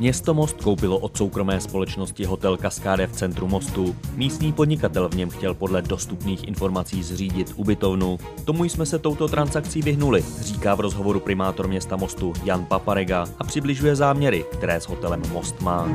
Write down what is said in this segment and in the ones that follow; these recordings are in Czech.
Město Most koupilo od soukromé společnosti hotel Cascade v centru Mostu. Místní podnikatel v něm chtěl podle dostupných informací zřídit ubytovnu. Tomu jsme se touto transakcí vyhnuli, říká v rozhovoru primátor města Mostu Jan Paparega a přibližuje záměry, které s hotelem Most má.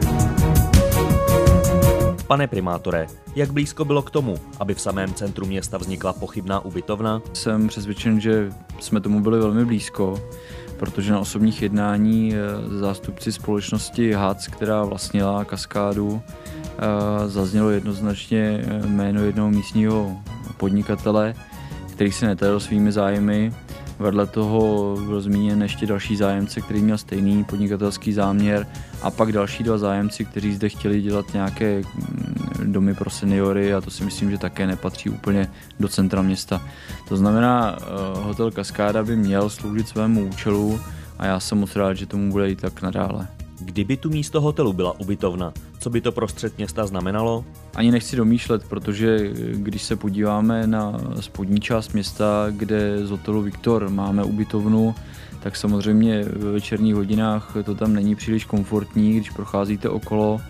Pane primátore, jak blízko bylo k tomu, aby v samém centru města vznikla pochybná ubytovna? Jsem přesvědčen, že jsme tomu byli velmi blízko, protože na osobních jednání zástupci společnosti HAC, která vlastnila Cascadu, zaznělo jednoznačně jméno jednoho místního podnikatele, který se netajil svými zájmy. Vedle toho byl zmíněn ještě další zájemce, který měl stejný podnikatelský záměr, a pak další dva zájemci, kteří zde chtěli dělat nějaké domy pro seniory, a to si myslím, že také nepatří úplně do centra města. To znamená, hotel Cascada by měl sloužit svému účelu a já jsem moc rád, že tomu bude i tak nadále. Kdyby tu místo hotelu byla ubytovna, co by to pro střed města znamenalo? Ani nechci domýšlet, protože když se podíváme na spodní část města, kde z hotelu Viktor máme ubytovnu, tak samozřejmě ve večerních hodinách to tam není příliš komfortní, když procházíte okolo.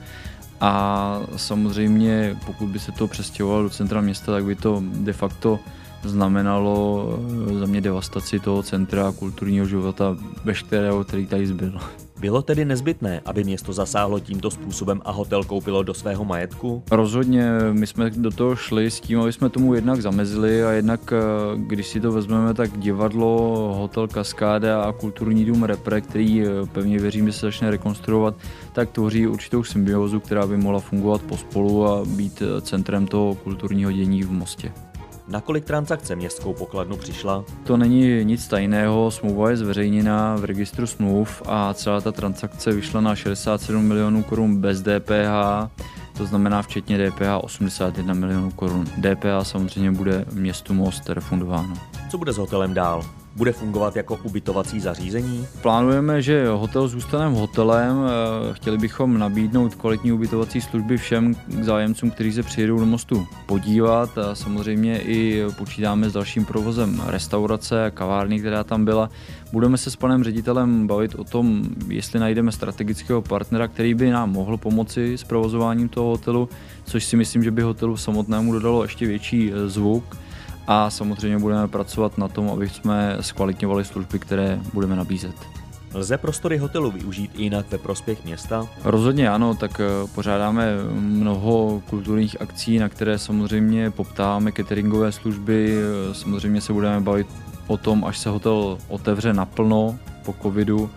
A samozřejmě pokud by se to přestěhovalo do centra města, tak by to de facto znamenalo za mě devastaci toho centra kulturního života veškerého, který tady zbyl. Bylo tedy nezbytné, aby město zasáhlo tímto způsobem a hotel koupilo do svého majetku? Rozhodně, my jsme do toho šli s tím, aby jsme tomu jednak zamezili, a jednak, když si to vezmeme, tak divadlo, hotel Cascada a kulturní dům Repre, který pevně věřím, že se začne rekonstruovat, tak tvoří určitou symbiózu, která by mohla fungovat pospolu a být centrem toho kulturního dění v Mostě. Na kolik transakce městskou pokladnu přišla? To není nic tajného, smlouva je zveřejněna v registru smluv a celá ta transakce vyšla na 67 milionů korun bez DPH, to znamená včetně DPH 81 milionů korun. DPH samozřejmě bude městu Most refundováno. Co bude s hotelem dál? Bude fungovat jako ubytovací zařízení? Plánujeme, že hotel zůstane hotelem. Chtěli bychom nabídnout kvalitní ubytovací služby všem zájemcům, kteří se přijedou do Mostu podívat, a samozřejmě i počítáme s dalším provozem restaurace a kavárny, která tam byla. Budeme se s panem ředitelem bavit o tom, jestli najdeme strategického partnera, který by nám mohl pomoci s provozováním toho hotelu, což si myslím, že by hotelu samotnému dodalo ještě větší zvuk. A samozřejmě budeme pracovat na tom, aby jsme zkvalitňovali služby, které budeme nabízet. Lze prostory hotelu využít i jinak ve prospěch města? Rozhodně ano, tak pořádáme mnoho kulturních akcí, na které samozřejmě poptáváme cateringové služby. Samozřejmě se budeme bavit o tom, až se hotel otevře naplno po covidu,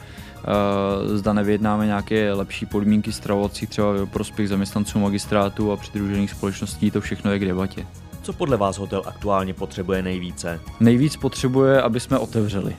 zda nevyjednáme nějaké lepší podmínky stravovací třeba ve prospěch zaměstnanců magistrátu a přidružených společností, to všechno je k debatě. Co podle vás hotel aktuálně potřebuje nejvíce? Nejvíc potřebuje, aby jsme otevřeli.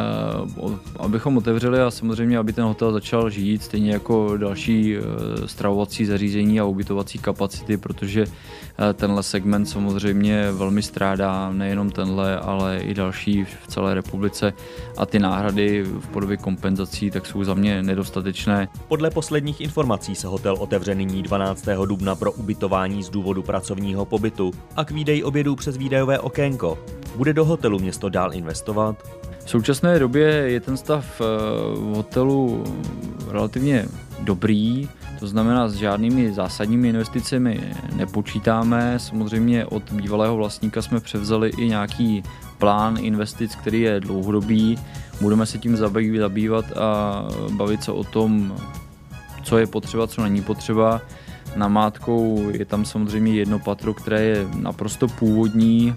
Abychom otevřeli a samozřejmě, aby ten hotel začal žít, stejně jako další stravovací zařízení a ubytovací kapacity, protože tenhle segment samozřejmě velmi strádá, nejenom tenhle, ale i další v celé republice, a ty náhrady v podobě kompenzací tak jsou za mě nedostatečné. Podle posledních informací se hotel otevře nyní 12. dubna pro ubytování z důvodu pracovního pobytu a k výdeji obědů přes výdajové okénko. Bude do hotelu město dál investovat? V současné době je ten stav v hotelu relativně dobrý, to znamená, s žádnými zásadními investicemi nepočítáme. Samozřejmě od bývalého vlastníka jsme převzali i nějaký plán investic, který je dlouhodobý. Budeme se tím zabývat a bavit se o tom, co je potřeba, co není potřeba. Namátkou je tam samozřejmě jedno patro, které je naprosto původní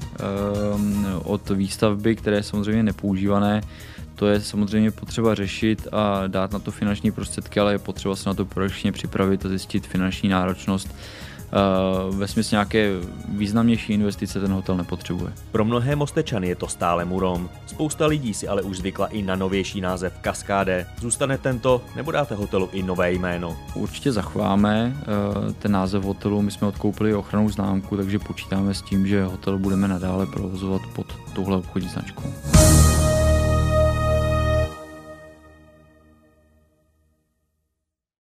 od výstavby, které je samozřejmě nepoužívané. To je samozřejmě potřeba řešit a dát na to finanční prostředky, ale je potřeba se na to projekčně připravit a zjistit finanční náročnost. Vesměs nějaké významnější investice ten hotel nepotřebuje. Pro mnohé Mostečany je to stále Murom. Spousta lidí si ale už zvykla i na novější název Cascade. Zůstane tento, nebo dáte hotelu i nové jméno? Určitě zachováme ten název hotelu. My jsme odkoupili ochrannou známku, takže počítáme s tím, že hotel budeme nadále provozovat pod touhle obchodní značkou.